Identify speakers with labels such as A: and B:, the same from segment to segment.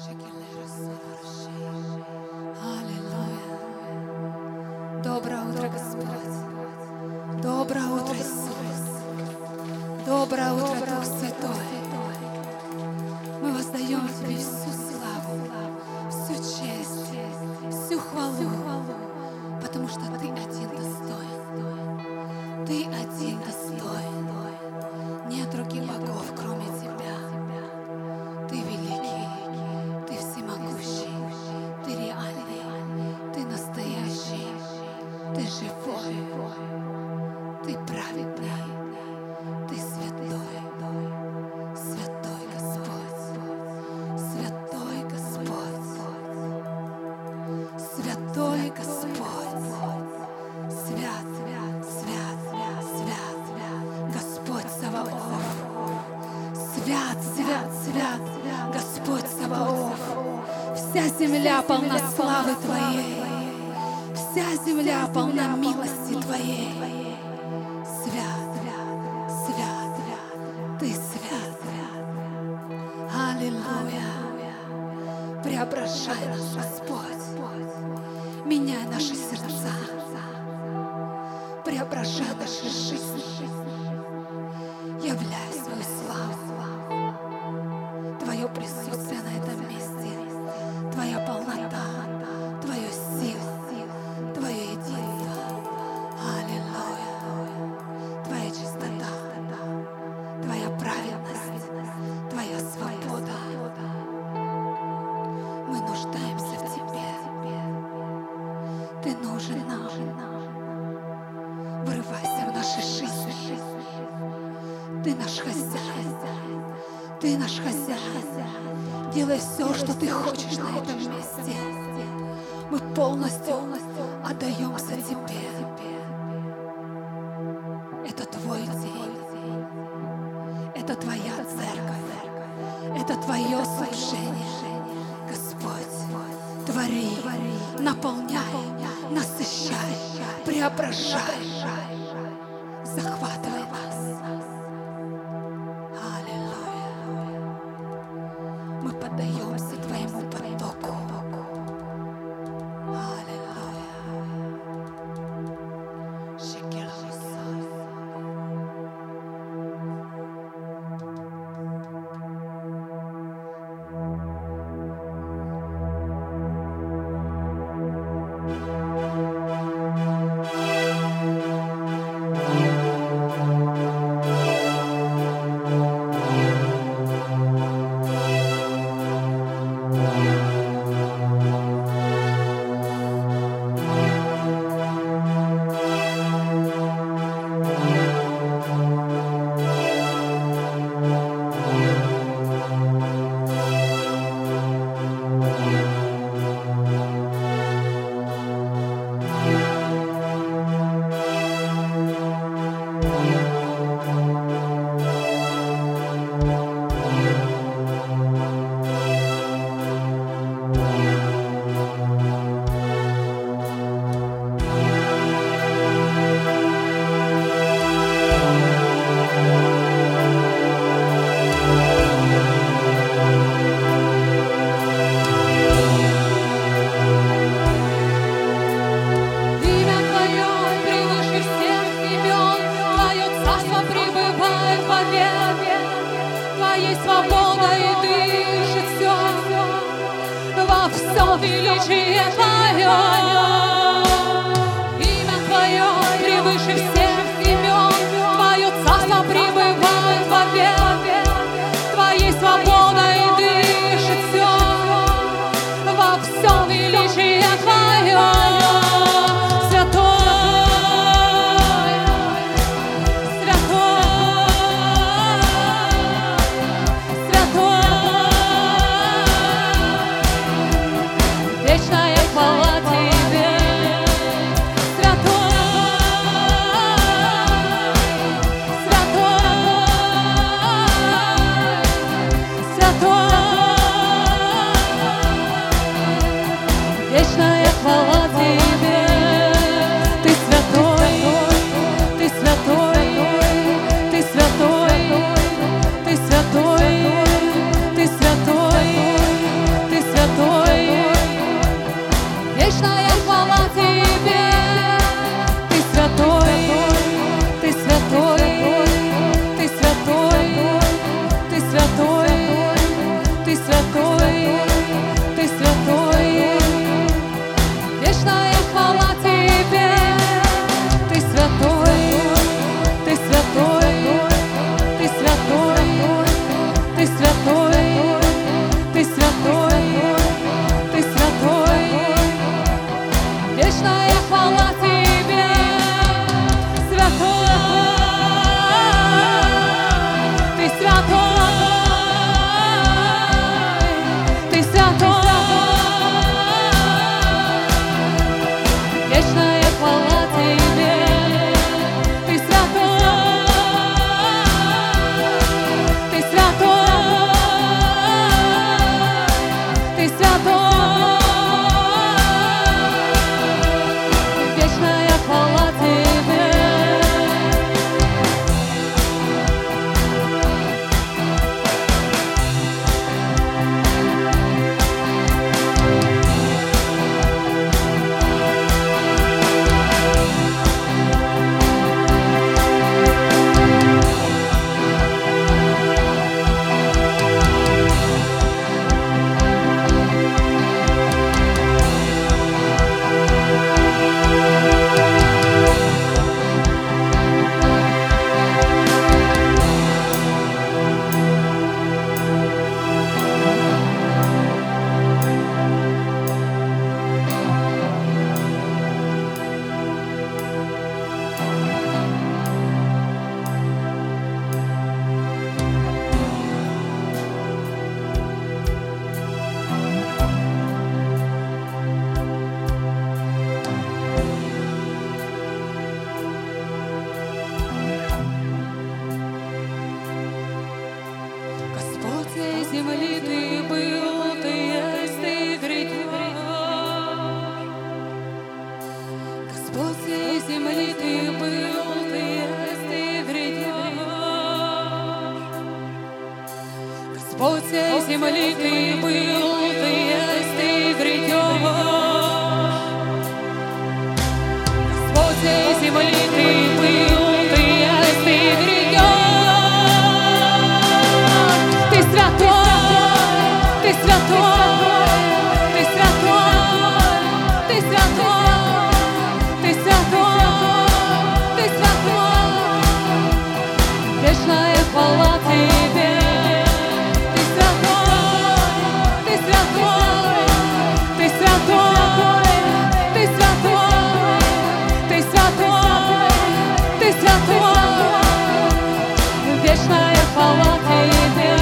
A: Аллилуйя. Доброе утро, Господь. Доброе утро, Иисус. Доброе утро, Дух Святой. Мы воздаем Тебе всю славу, всю честь, всю хвалу, потому что Ты один достоин. Ты один достоин. Нет других богов, кроме Тебя. Ты великий, Ты всемогущий, Ты реальный, Ты настоящий, Ты живой, Ты праведный, Ты святой, святой Господь, святой Господь, святой Господь, свят, свят, свят, Господь Саваоф, свят, свят, свят, Господь Саваоф. Вся земля полна славы Твоей, вся земля полна милости Твоей. Свят, свят, Ты свят. Аллилуйя. Преображай нас, Господь. Меняй наши сердца. Преображай наши жизни. Являй свою славу. Твое присутствие на этом месте. Твоя полнота. Твое сила. Твое единство. Аллилуйя. Твоя чистота. Твоя праведность. Твоя свобода. Мы нуждаемся в Тебе. Ты нужен нам. Вырывайся в наши жизни. Ты наш хозяин. Ты наш хозяин. Делай все, что Ты хочешь на этом месте. Мы полностью отдаемся Тебе. Это Твой день. Это Твоя церковь. Это Твое служение. Господь, твори, наполняй, насыщай, преображай, захватывай нас. Аллилуйя. Мы поддаемся Твоему потоку. Аллилуйя. Шекелосой. Свобода и дышит все во всем величие Твое. Имя Твое превыше всех имен, Твое царство пребывает вовек. Твоей свободой дышит все во всем величие Твое.
B: Вечная хвала Тебе.
A: земли ты был, ты есть, ты грядешь. Господь всей земли ты был, ты есть, ты грядешь. Господь всей земли ты был, ты есть, ты грядешь. Господь всей земли ты был, ты есть, ты грядешь. Ты святой, ты святой, ты святой, ты святой, ты святой, ты святой. Вечная хвала тебе. Ты святой, ты святой, ты святой, ты святой, ты святой, ты святой. Вечная хвала тебе.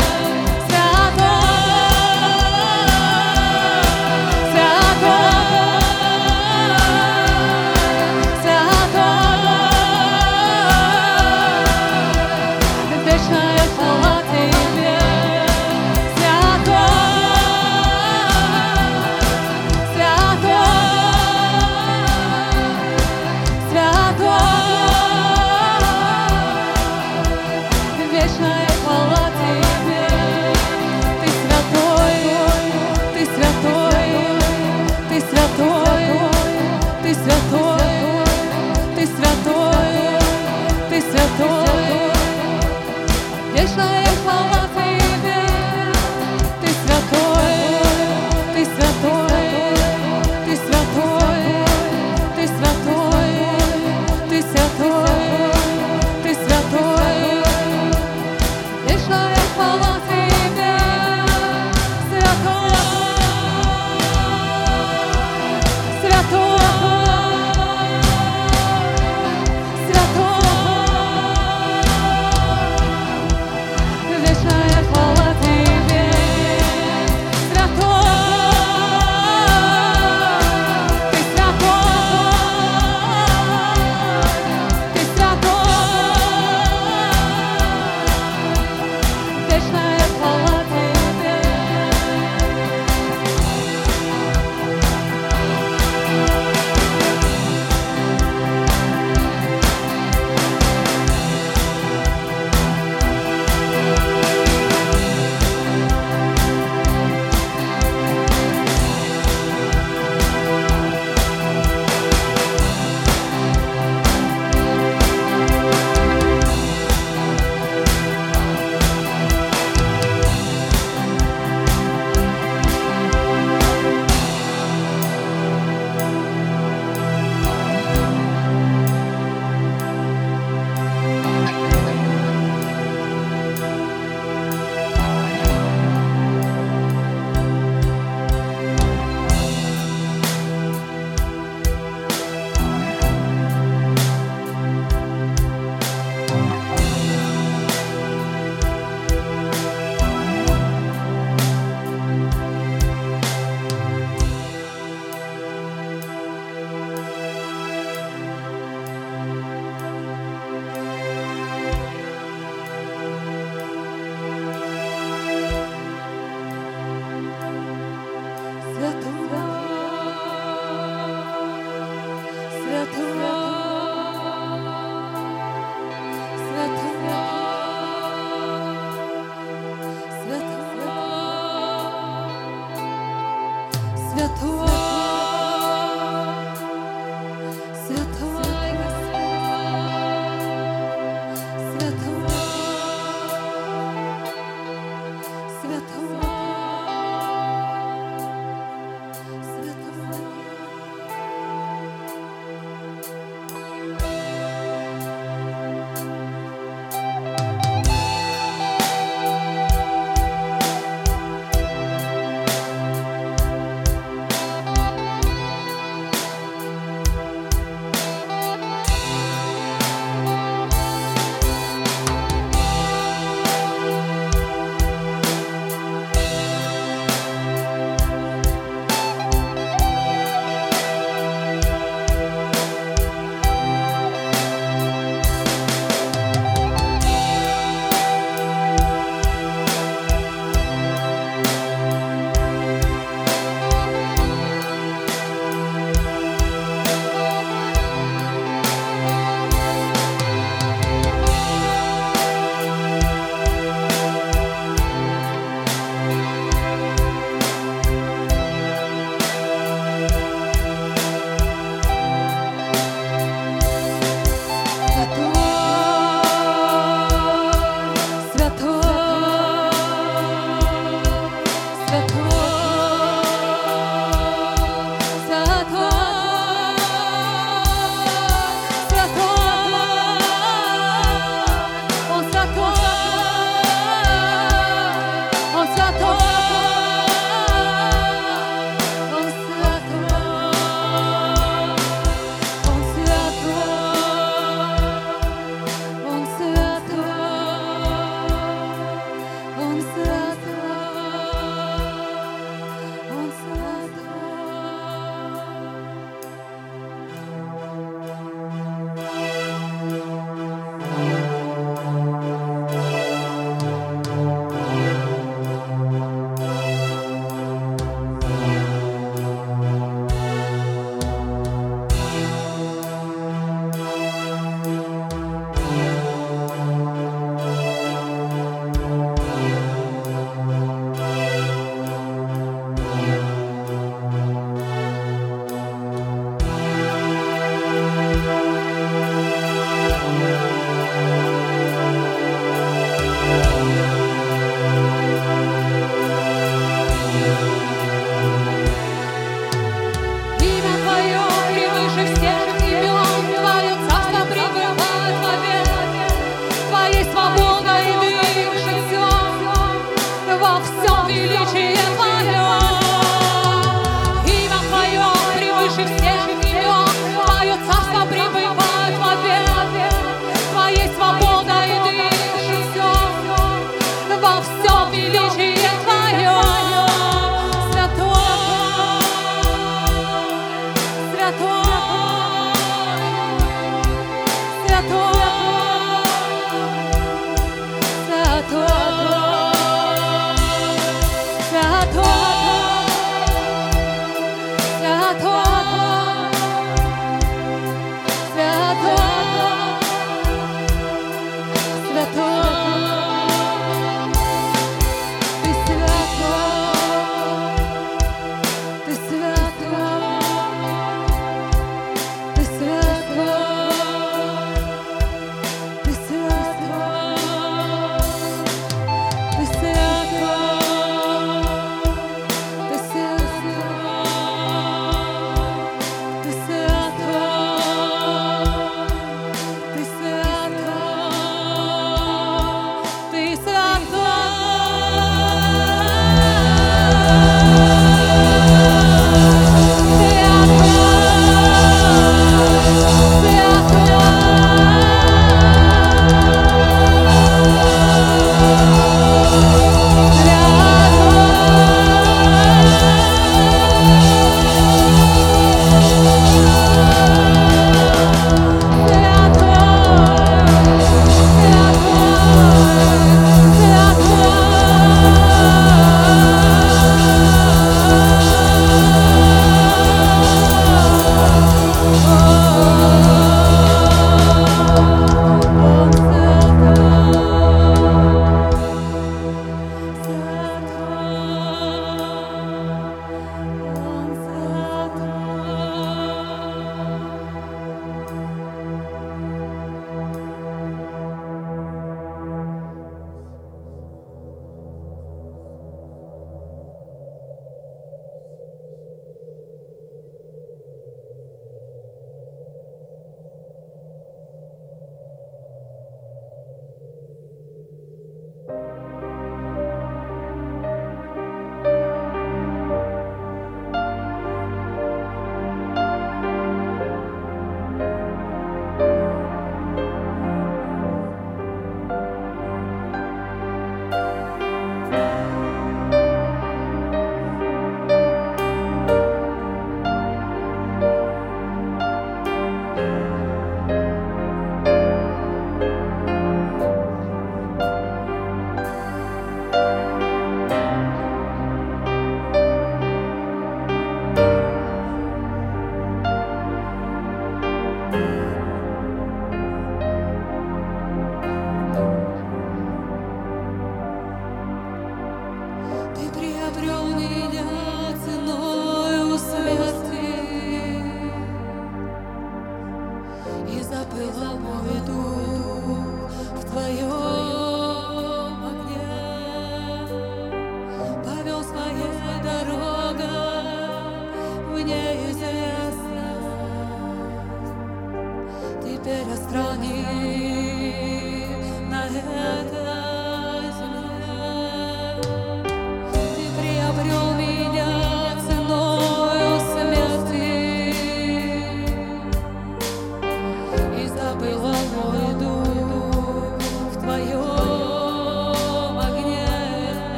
A: Вечная хвала тебе. Ты святой, ты святой, ты святой, ты святой, ты святой, ты святой. Вечная хвала тебе. Святой, святой. Вечная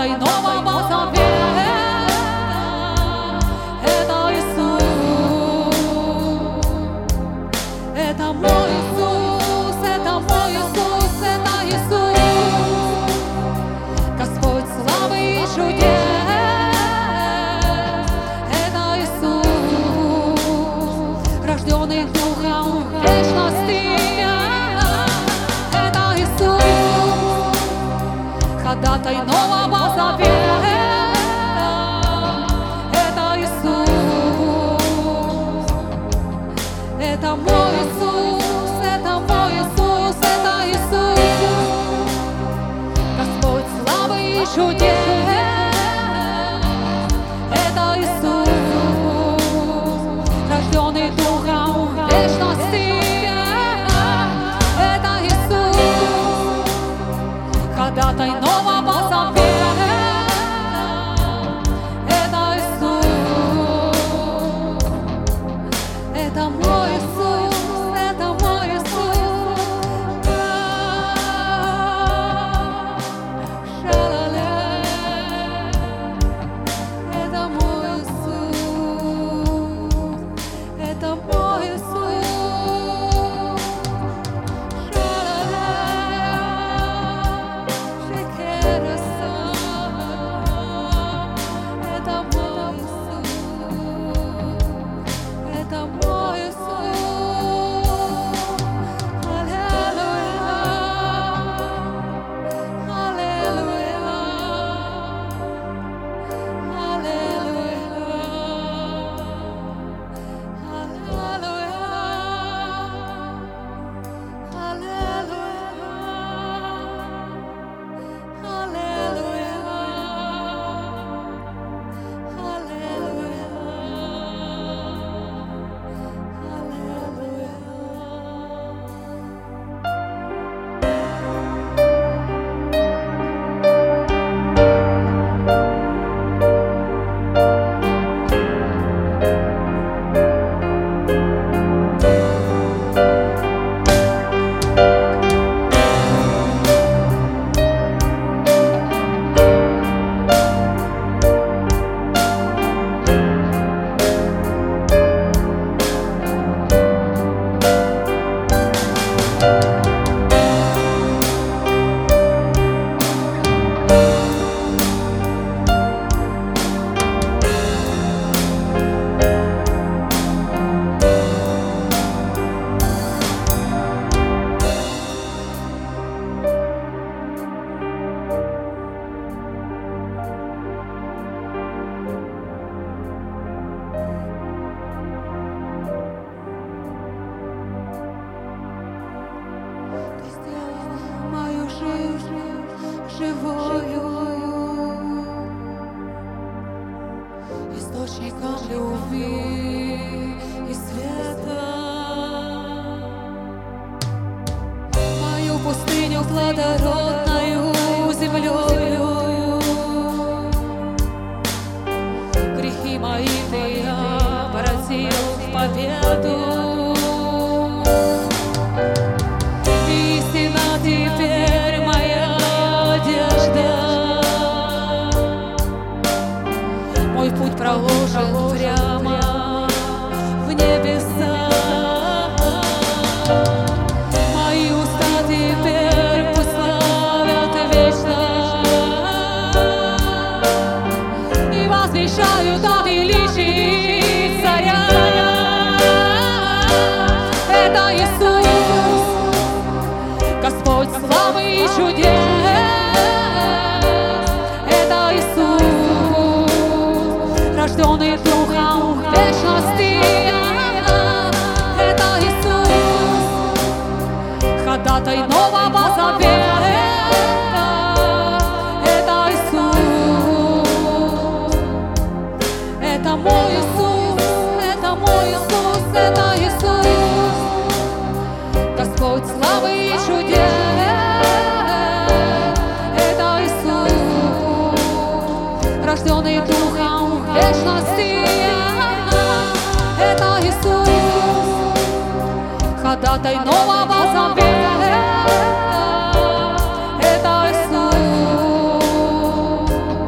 A: ходатай Нового Завета. Это Иисус, это мой Иисус, это мой Иисус, это Иисус, Господь славы и чудес. Это Иисус, рожденный Духом вечности. Это Иисус, ходатай Нового Завета. Это Иисус, это мой Иисус, это мой Иисус, это Иисус, Господь славы и чудес. Это Иисус, рожденный Духом вечности. Это Иисус, ходатай Нового Завета. Это Иисус, это мой Иисус, это мой Иисус. Ша-ла-ла. Это мой Иисус, это мой Иисус. Ша-ла-ла. Шекера-са. Это мой Иисус, это мой Иисус. Аллилуйя, аллилуйя, Ты сделал мою жизнь живою, источником любви и света. Мою пустыню плодородною землею, грехи мои ты обратил в победу. Истина теперь моя одежда, мой путь проложен прямо в небеса. Мои уста теперь пусть славят вечно и возвещают о величии Царя. Это Иисус, Господь славы и чудес. Это Иисус, рожденный Духом вечности. Это Иисус, ходатай Нового Завета. Это Иисус, это мой Иисус, это мой Иисус, это Иисус, Господь славы и чудес. Это Иисус, рожденный Духом вечности. Это Иисус, ходатай Нового Завета. Это Иисус,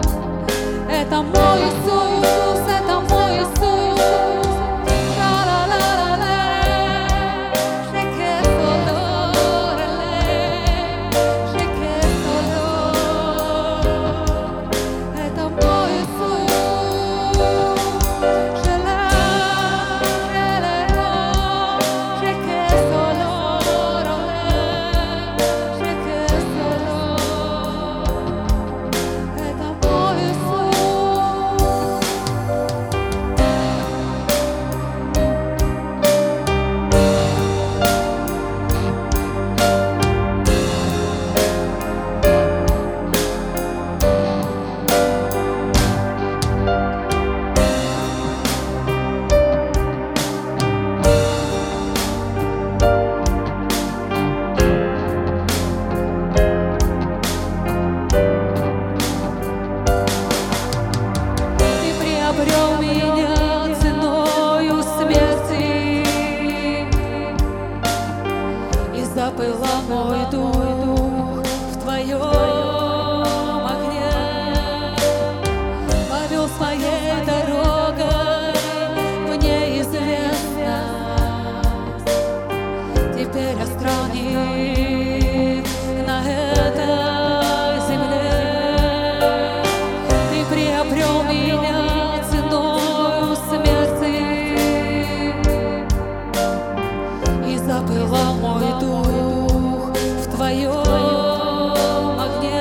A: своем огне,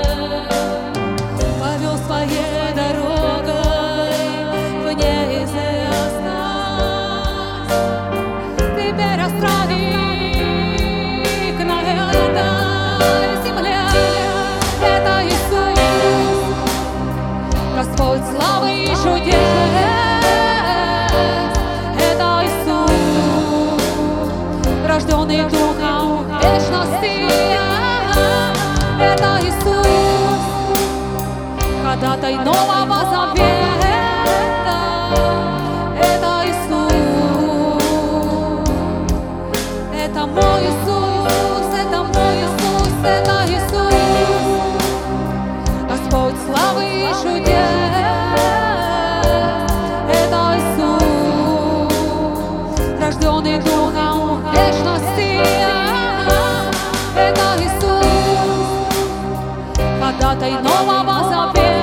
A: повел своей дорогой в неизвестность. Теперь странник на этой земле — это Иисус, Господь славы и чудес. Это Иисус, рожденный Духом вечности. Это Иисус, ходатай Нового Завета. Это Иисус, это мой Иисус, это мой Иисус, это Иисус, Господь славы и чудес. Это Иисус, рожденный Духом вечности. Это Иисус, ходатай Нового Завета.